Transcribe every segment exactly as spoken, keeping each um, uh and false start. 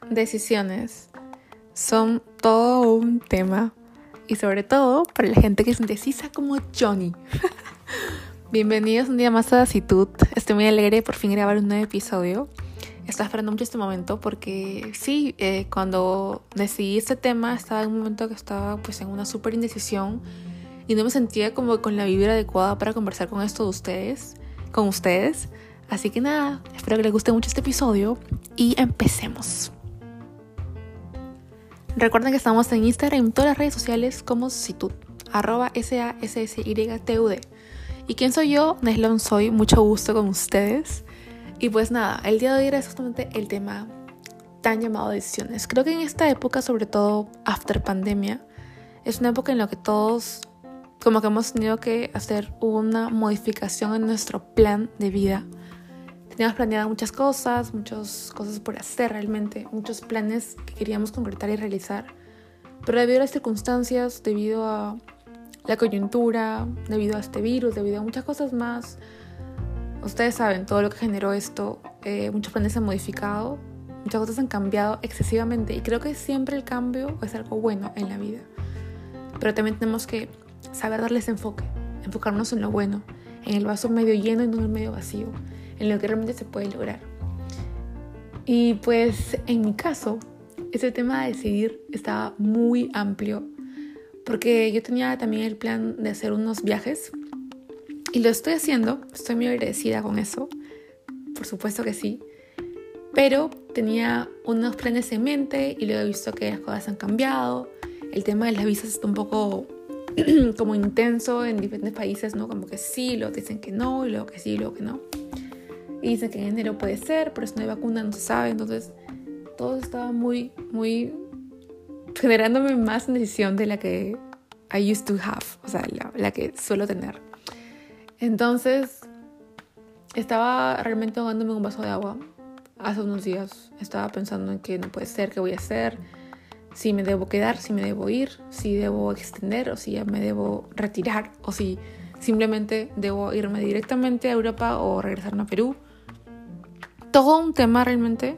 Decisiones son todo un tema y sobre todo para la gente que es indecisa como Johnny. Bienvenidos un día más a Dacitud. Estoy muy alegre de por fin grabar un nuevo episodio. Estaba esperando mucho este momento porque sí, eh, cuando decidí este tema estaba en un momento que estaba pues en una súper indecisión y no me sentía como con la vibra adecuada para conversar con esto de ustedes, con ustedes. Así que nada, espero que les guste mucho este episodio y empecemos. Recuerden que estamos en Instagram y en todas las redes sociales como Dacitud, arroba S A S S Y T U D. ¿Y quién soy yo? Neslon soy, mucho gusto con ustedes. Y pues nada, el día de hoy era justamente el tema tan llamado decisiones. Creo que en esta época, sobre todo after pandemia, es una época en la que todos como que hemos tenido que hacer una modificación en nuestro plan de vida. Teníamos planeadas muchas cosas, muchas cosas por hacer realmente, muchos planes que queríamos concretar y realizar. Pero debido a las circunstancias, debido a la coyuntura, debido a este virus, debido a muchas cosas más, ustedes saben todo lo que generó esto, eh, muchos planes se han modificado, muchas cosas han cambiado excesivamente y creo que siempre el cambio es algo bueno en la vida. Pero también tenemos que saber darles enfoque, enfocarnos en lo bueno, en el vaso medio lleno y no en el medio vacío, en lo que realmente se puede lograr. Y pues en mi caso, ese tema de decidir estaba muy amplio, porque yo tenía también el plan de hacer unos viajes y lo estoy haciendo, estoy muy agradecida con eso, por supuesto que sí, pero tenía unos planes en mente y luego he visto que las cosas han cambiado. El tema de las visas está un poco como intenso en diferentes países, ¿no? Como que sí, luego dicen que no, y luego que sí, y luego que no. Y dicen que en enero puede ser, pero si no hay vacuna no se sabe. Entonces todo estaba muy, muy generándome más decisión de la que I used to have, o sea, la, la que suelo tener. Entonces estaba realmente ahogándome en un vaso de agua hace unos días. Estaba pensando en que no puede ser, qué voy a hacer, si me debo quedar, si me debo ir, si debo extender o si ya me debo retirar o si simplemente debo irme directamente a Europa o regresarme a Perú. Todo un tema realmente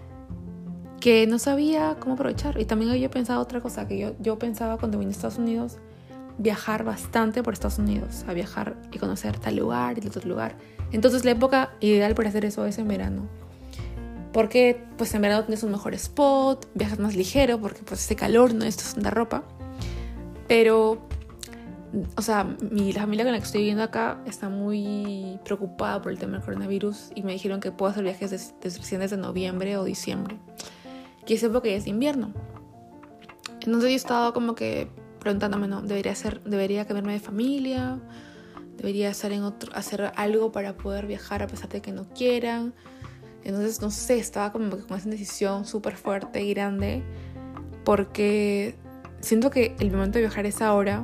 que no sabía cómo aprovechar. Y también había pensado otra cosa, que yo, yo pensaba cuando vine a Estados Unidos viajar bastante por Estados Unidos, a viajar y conocer tal lugar y otro lugar. Entonces la época ideal para hacer eso es en verano, porque pues en verano tienes un mejor spot, viajas más ligero porque pues hace calor, no necesitas tanta ropa. Pero o sea, mi, la familia con la que estoy viviendo acá está muy preocupada por el tema del coronavirus y me dijeron que puedo hacer viajes desde, desde, desde noviembre o diciembre, que es época que ya es invierno. Entonces yo estaba como que preguntándome, no, debería hacer, debería cambiarme de familia, debería hacer, en otro, hacer algo para poder viajar a pesar de que no quieran. Entonces no sé, estaba como que con esa decisión súper fuerte y grande, porque siento que el momento de viajar es ahora.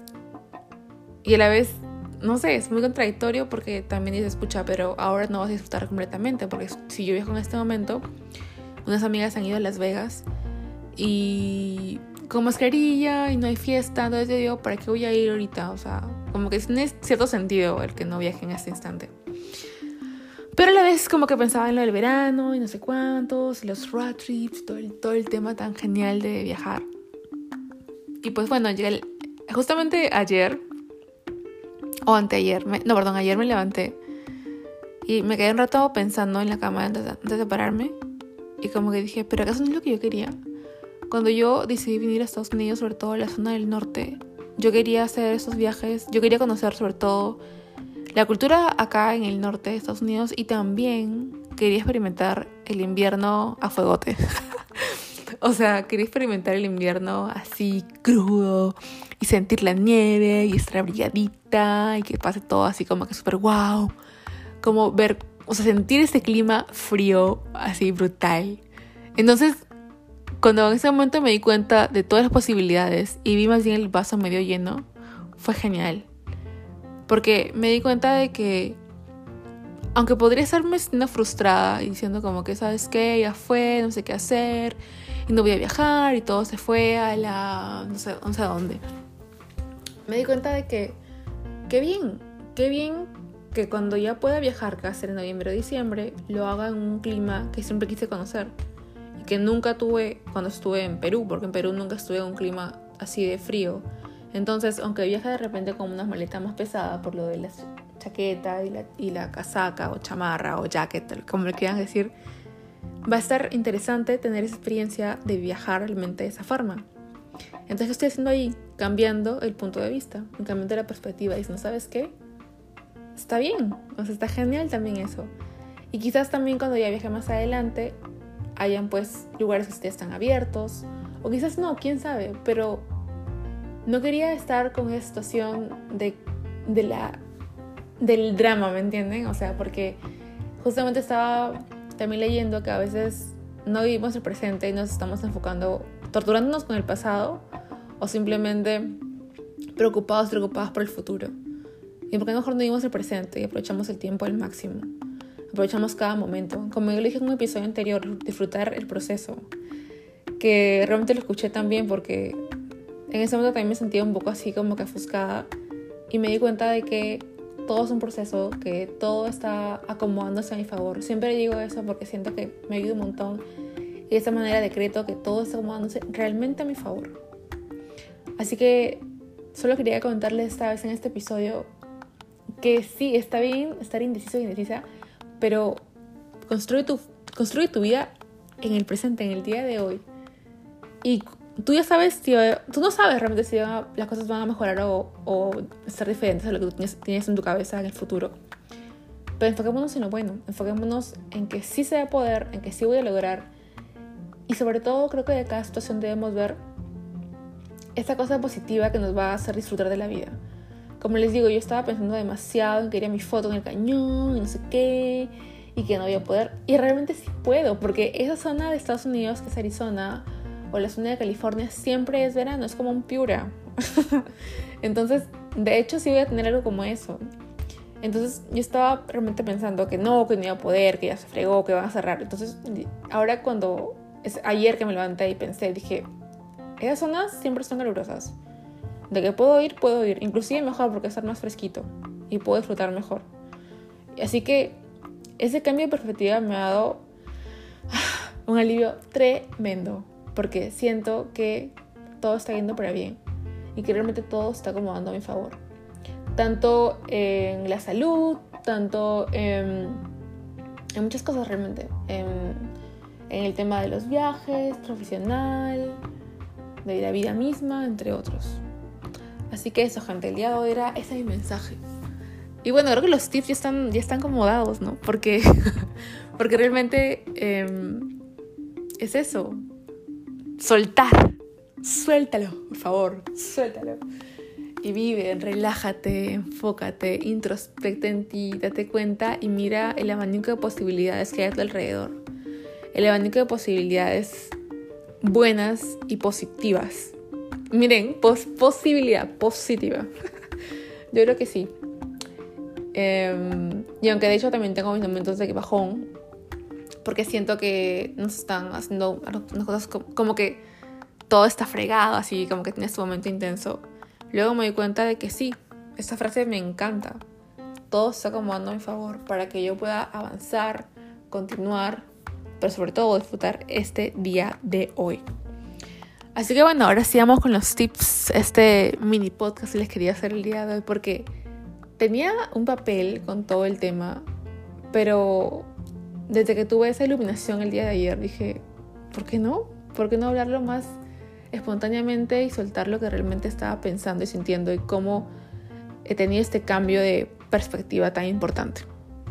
Y a la vez, no sé, es muy contradictorio porque también dices, escucha, pero ahora no vas a disfrutar completamente. Porque si yo viajo en este momento, unas amigas han ido a Las Vegas y con mascarilla y no hay fiesta. Entonces yo digo, ¿para qué voy a ir ahorita? O sea, como que tiene cierto sentido el que no viaje en este instante. Pero a la vez como que pensaba en lo del verano y no sé cuántos, y los road trips, todo el, todo el tema tan genial de viajar. Y pues bueno, llegué el, justamente ayer... O anteayer, me, no, perdón, ayer me levanté y me quedé un rato pensando en la cama antes de, antes de pararme. Y como que dije, ¿pero acaso no es lo que yo quería? Cuando yo decidí venir a Estados Unidos, sobre todo a la zona del norte, yo quería hacer esos viajes, yo quería conocer sobre todo la cultura acá en el norte de Estados Unidos y también quería experimentar el invierno a fuegote. O sea, quería experimentar el invierno así crudo y sentir la nieve y estar abrigadita y que pase todo así como que súper wow. Como ver, o sea, sentir ese clima frío así brutal. Entonces, cuando en ese momento me di cuenta de todas las posibilidades y vi más bien el vaso medio lleno, fue genial. Porque me di cuenta de que, aunque podría estarme sintiendo frustrada y diciendo como que, ¿sabes qué? Ya fue, no sé qué hacer y no voy a viajar y todo se fue a la... no sé, no sé a dónde. Me di cuenta de que, qué bien, qué bien que cuando ya pueda viajar, que va a ser en noviembre o diciembre, lo haga en un clima que siempre quise conocer. que nunca tuve cuando estuve en Perú, porque en Perú nunca estuve en un clima así de frío. Entonces, aunque viaje de repente con unas maletas más pesadas por lo de la chaqueta y la, y la casaca o chamarra o jacket, como le quieran decir, va a estar interesante tener esa experiencia de viajar realmente de esa forma. Entonces, ¿qué estoy haciendo ahí? Cambiando el punto de vista, cambiando la perspectiva, diciendo, ¿sabes qué? Está bien, o sea, está genial también eso. Y quizás también cuando ya viaje más adelante, hayan pues lugares que están abiertos, o quizás no, quién sabe, pero no quería estar con esa situación de, de la, del drama, ¿me entienden? O sea, porque justamente estaba también leyendo que a veces no vivimos el presente y nos estamos enfocando, torturándonos con el pasado o simplemente preocupados, preocupados por el futuro. Y por qué mejor no vivimos el presente y aprovechamos el tiempo al máximo. Aprovechamos cada momento. Como yo le dije en un episodio anterior, disfrutar el proceso. Que realmente lo escuché también porque en ese momento también me sentía un poco así como que ofuscada. Y me di cuenta de que todo es un proceso, que todo está acomodándose a mi favor. Siempre digo eso porque siento que me ayuda un montón. Y de esa manera decreto que todo está acomodándose realmente a mi favor. Así que solo quería comentarles esta vez en este episodio que sí, está bien estar indeciso y indecisa, pero construye tu, construye tu vida en el presente, en el día de hoy. Y tú ya sabes, si, tú no sabes realmente si van a, las cosas van a mejorar o, o ser diferentes a lo que tú tienes, tienes en tu cabeza en el futuro. Pero enfoquémonos en lo bueno, enfoquémonos en que sí se va a poder, en que sí voy a lograr. Y sobre todo creo que de cada situación debemos ver esa cosa positiva que nos va a hacer disfrutar de la vida. Como les digo, yo estaba pensando demasiado en que quería mi foto en el cañón y no sé qué, y que no voy a poder. Y realmente sí puedo, porque esa zona de Estados Unidos, que es Arizona, o la zona de California, siempre es verano, es como un Piura. Entonces, de hecho, sí voy a tener algo como eso. Entonces, yo estaba realmente pensando que no, que no iba a poder, que ya se fregó, que van a cerrar. Entonces, ahora cuando, es ayer que me levanté y pensé, dije, esas zonas siempre son calurosas. De que puedo ir, puedo ir. Inclusive mejor porque está más fresquito y puedo disfrutar mejor. Así que ese cambio de perspectiva me ha dado un alivio tremendo. Porque siento que todo está yendo para bien. Y que realmente todo está acomodando a mi favor. Tanto en la salud, tanto en, en muchas cosas realmente. En, en el tema de los viajes, profesional, de la vida misma, entre otros. Así que eso, gente, el día de hoy era ese mi mensaje. Y bueno, creo que los tips ya están, ya están acomodados, ¿no? Porque, porque realmente eh, es eso. Soltar. Suéltalo, por favor, suéltalo. Y vive, relájate, enfócate, introspecta en ti, date cuenta y mira el abanico de posibilidades que hay a tu alrededor. El abanico de posibilidades buenas y positivas. Miren, pos- posibilidad positiva. Yo creo que sí. Eh, y aunque de hecho también tengo mis momentos de bajón, porque siento que nos están haciendo unas cosas como, como que todo está fregado, así como que tienes tu momento intenso. Luego me doy cuenta de que sí, esta frase me encanta. Todo está acomodando a mi favor para que yo pueda avanzar, continuar, pero sobre todo disfrutar este día de hoy. Así que bueno, ahora sí vamos con los tips, este mini podcast que les quería hacer el día de hoy, porque tenía un papel con todo el tema, pero desde que tuve esa iluminación el día de ayer dije, ¿por qué no? ¿Por qué no hablarlo más espontáneamente y soltar lo que realmente estaba pensando y sintiendo y cómo he tenido este cambio de perspectiva tan importante?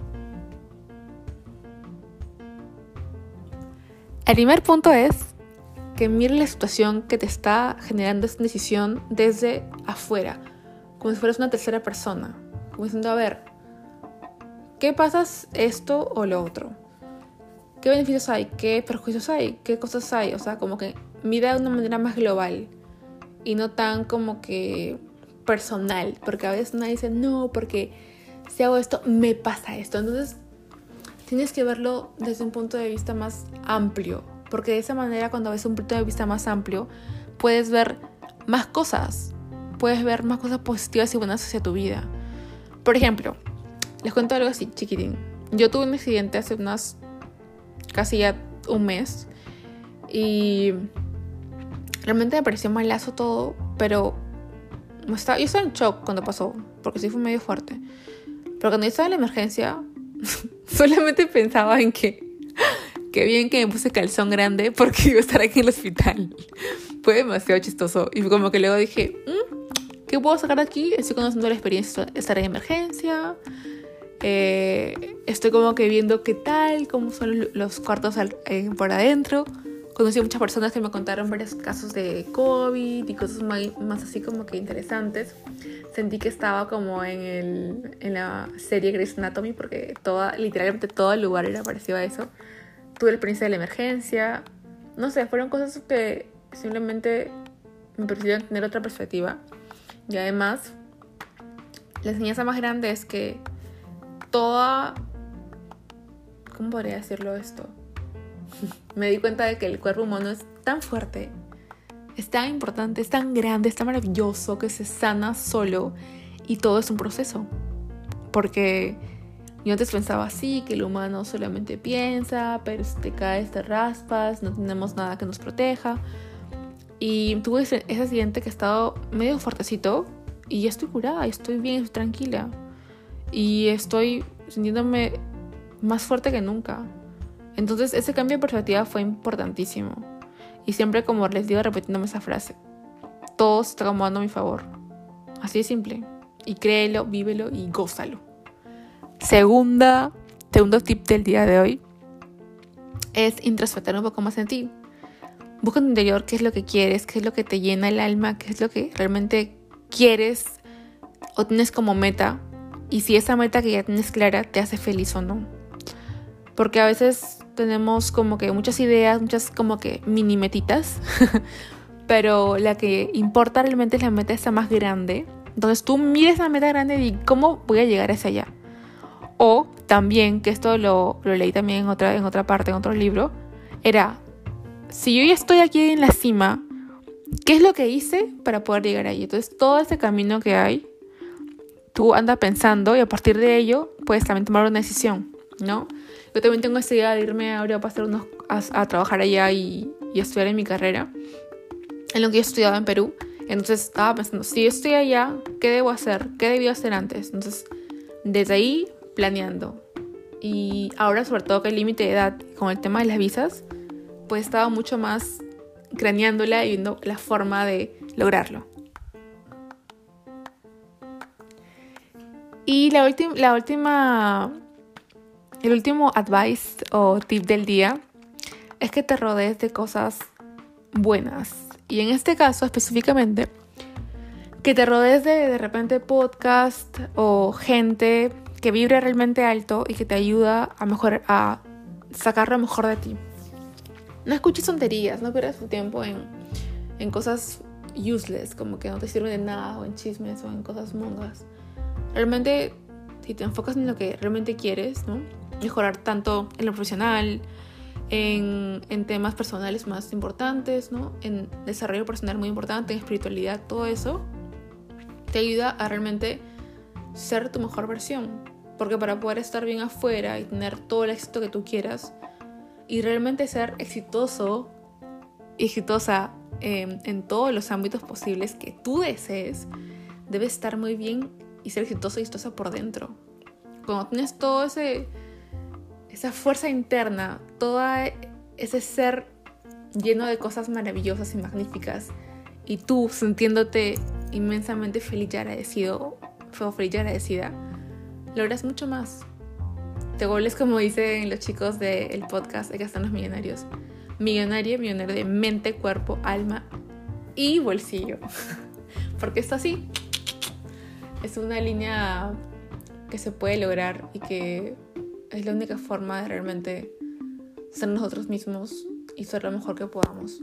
El primer punto es que mires la situación que te está generando esta decisión desde afuera, como si fueras una tercera persona, como diciendo, a ver, ¿qué pasa esto o lo otro? ¿Qué beneficios hay? ¿Qué perjuicios hay? ¿Qué cosas hay? O sea, como que mira de una manera más global y no tan como que personal, porque a veces nadie dice, no, porque si hago esto, me pasa esto. Entonces, tienes que verlo desde un punto de vista más amplio, porque de esa manera, cuando ves un punto de vista más amplio, puedes ver más cosas, puedes ver más cosas positivas y buenas hacia tu vida. Por ejemplo, les cuento algo así, chiquitín. Yo tuve un accidente hace unas casi ya un mes, Y realmente me pareció malazo todo, pero estaba, yo estaba en shock cuando pasó, porque sí fue medio fuerte. Pero cuando yo estaba en la emergencia, solamente pensaba en que qué bien que me puse calzón grande porque iba a estar aquí en el hospital. Fue demasiado chistoso. Y como que luego dije, ¿Mm? ¿qué puedo sacar de aquí? Estoy conociendo la experiencia de estar en emergencia. Eh, estoy como que viendo qué tal, cómo son los cuartos al, eh, por adentro. Conocí a muchas personas que me contaron varios casos de COVID y cosas más, más así como que interesantes. Sentí que estaba como en, el, en la serie Grey's Anatomy porque toda, literalmente todo el lugar era parecido a eso. Tuve la experiencia de la emergencia. No sé, fueron cosas que simplemente me permitieron tener otra perspectiva. Y además, la enseñanza más grande es que toda... ¿Cómo podría decirlo esto? Me di cuenta de que el cuerpo humano es tan fuerte, es tan importante, es tan grande, es tan maravilloso que se sana solo y todo es un proceso. Porque yo antes pensaba así, que el humano solamente piensa, pero si te caes te raspas, no tenemos nada que nos proteja. Y tuve ese, ese accidente que ha estado medio fuertecito y ya estoy curada, estoy bien, estoy tranquila. Y estoy sintiéndome más fuerte que nunca. Entonces ese cambio de perspectiva fue importantísimo. Y siempre, como les digo, repitiéndome esa frase: todo se está acomodando a mi favor. Así de simple. Y créelo, vívelo y gózalo. Segunda, segundo tip del día de hoy es introspectar un poco más en ti. Busca en tu interior qué es lo que quieres, qué es lo que te llena el alma, qué es lo que realmente quieres o tienes como meta. Y si esa meta que ya tienes clara te hace feliz o no. Porque a veces tenemos como que muchas ideas, muchas como que mini metitas, pero la que importa realmente es la meta esa más grande. Entonces tú mires la meta grande y cómo voy a llegar hacia allá. O también, que esto lo, lo leí también en otra, en otra parte, en otro libro, era, si yo ya estoy aquí en la cima, ¿qué es lo que hice para poder llegar ahí? Entonces todo ese camino que hay, tú andas pensando y a partir de ello puedes también tomar una decisión, ¿no? Yo también tengo esta idea de irme a Europa a, hacer unos, a, a trabajar allá y, y estudiar en mi carrera, en lo que yo estudiaba en Perú. Entonces estaba pensando, si yo estoy allá, ¿qué debo hacer? ¿Qué debí hacer antes? Entonces, desde ahí, planeando. Y ahora, sobre todo que el límite de edad con el tema de las visas, pues estaba mucho más craneándola y viendo la forma de lograrlo. Y la, ulti- la última... El último advice o tip del día es que te rodees de cosas buenas. Y en este caso específicamente, que te rodees de de repente podcast o gente que vibre realmente alto y que te ayuda a, mejor, a sacar lo mejor de ti. No escuches tonterías, no pierdas tu tiempo en, en cosas useless, como que no te sirven de nada, o en chismes o en cosas mongas. Realmente, si te enfocas en lo que realmente quieres, ¿no? Mejorar tanto en lo profesional, en, en temas personales más importantes, ¿no? En desarrollo personal muy importante, en espiritualidad, todo eso te ayuda a realmente ser tu mejor versión. Porque para poder estar bien afuera y tener todo el éxito que tú quieras y realmente ser exitoso y exitosa eh, en todos los ámbitos posibles que tú desees, debes estar muy bien y ser exitoso y exitosa por dentro. Cuando tienes todo ese esa fuerza interna, todo ese ser lleno de cosas maravillosas y magníficas, y tú sintiéndote inmensamente feliz y agradecido, feliz y agradecida, logras mucho más. Te vuelves, como dicen los chicos del podcast de que están los millonarios, millonario, millonario de mente, cuerpo, alma y bolsillo. Porque esto así es una línea que se puede lograr y que es la única forma de realmente ser nosotros mismos y ser lo mejor que podamos.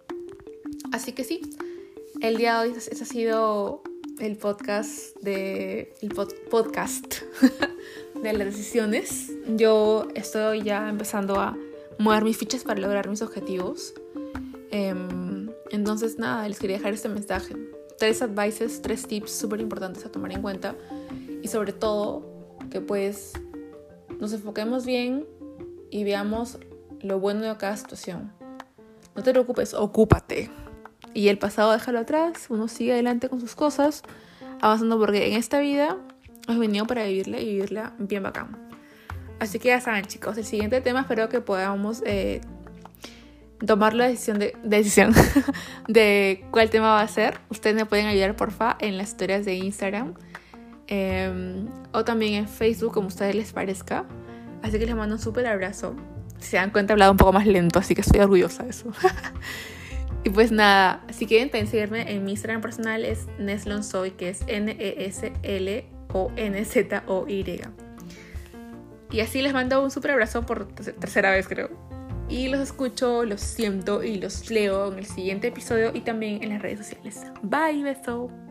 Así que sí, el día de hoy ese ha sido el podcast de el pod, podcast de las decisiones. Yo estoy ya empezando a mover mis fichas para lograr mis objetivos. Eh, entonces nada, les quería dejar este mensaje. Tres advices, tres tips súper importantes a tomar en cuenta. Y sobre todo que pues nos enfoquemos bien y veamos lo bueno de cada situación. no te preocupes, ocúpate. Y el pasado déjalo atrás, uno sigue adelante con sus cosas, avanzando, porque en esta vida has venido para vivirla y vivirla bien bacán. Así que ya saben, chicos, el siguiente tema espero que podamos eh, tomar la decisión de, decisión de cuál tema va a ser. Ustedes me pueden ayudar, porfa, en las historias de Instagram eh, o también en Facebook, como a ustedes les parezca. Así que les mando un súper abrazo. Si se dan cuenta, he hablado un poco más lento, así que estoy orgullosa de eso. Y pues nada, si quieren también seguirme en mi Instagram personal, es Neslonzoy, que es N E S L O N Z O Y. Y así les mando un súper abrazo por tercera vez, creo. Y los escucho, los siento y los leo en el siguiente episodio y también en las redes sociales. Bye, beso.